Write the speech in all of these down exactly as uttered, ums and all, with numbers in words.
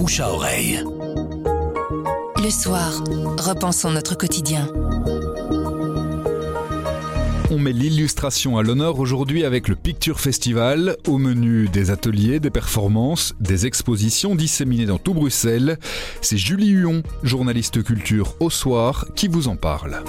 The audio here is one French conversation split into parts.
bouche à oreille. Le soir, repensons notre quotidien. On met l'illustration à l'honneur aujourd'hui avec le Picture Festival. Au menu des ateliers, des performances, des expositions disséminées dans tout Bruxelles. C'est Julie Huon, journaliste culture au soir, qui vous en parle.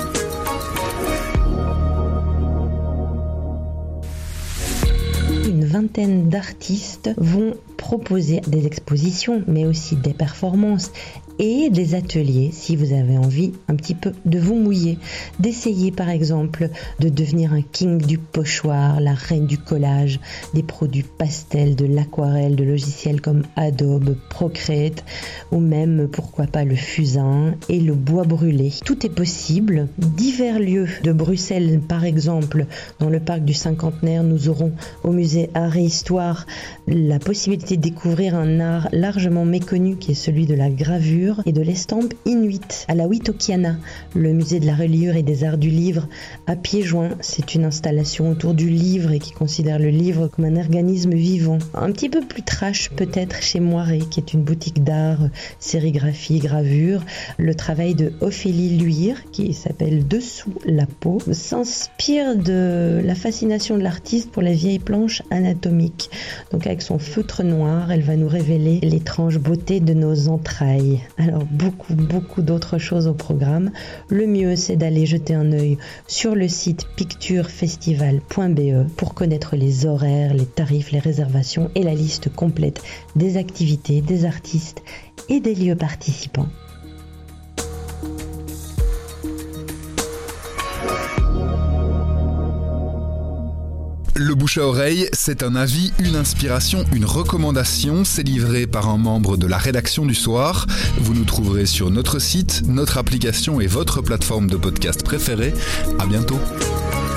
Une vingtaine d'artistes vont proposer des expositions, mais aussi des performances et des ateliers si vous avez envie un petit peu de vous mouiller, d'essayer par exemple de devenir un king du pochoir, la reine du collage, des produits pastels, de l'aquarelle, de logiciels comme Adobe, Procreate ou même pourquoi pas le fusain et le bois brûlé. Tout est possible. Divers lieux de Bruxelles par exemple, dans le parc du Cinquantenaire, nous aurons au musée Art et Histoire la possibilité de découvrir un art largement méconnu qui est celui de la gravure et de l'estampe inuit. À la Witokiana, le musée de la reliure et des arts du livre à pieds joints, c'est une installation autour du livre et qui considère le livre comme un organisme vivant. Un petit peu plus trash peut-être chez Moiré, qui est une boutique d'art, sérigraphie, gravure. Le travail de Ophélie Luire, qui s'appelle Dessous la peau, s'inspire de la fascination de l'artiste pour les vieilles planches anatomiques. Donc avec son feutre noir, elle va nous révéler l'étrange beauté de nos entrailles. Alors beaucoup, beaucoup d'autres choses au programme. Le mieux, c'est d'aller jeter un œil sur le site picture festival point b e pour connaître les horaires, les tarifs, les réservations et la liste complète des activités, des artistes et des lieux participants. Le bouche à oreille, c'est un avis, une inspiration, une recommandation. C'est livré par un membre de la rédaction du soir. Vous nous trouverez sur notre site, notre application et votre plateforme de podcast préférée. À bientôt.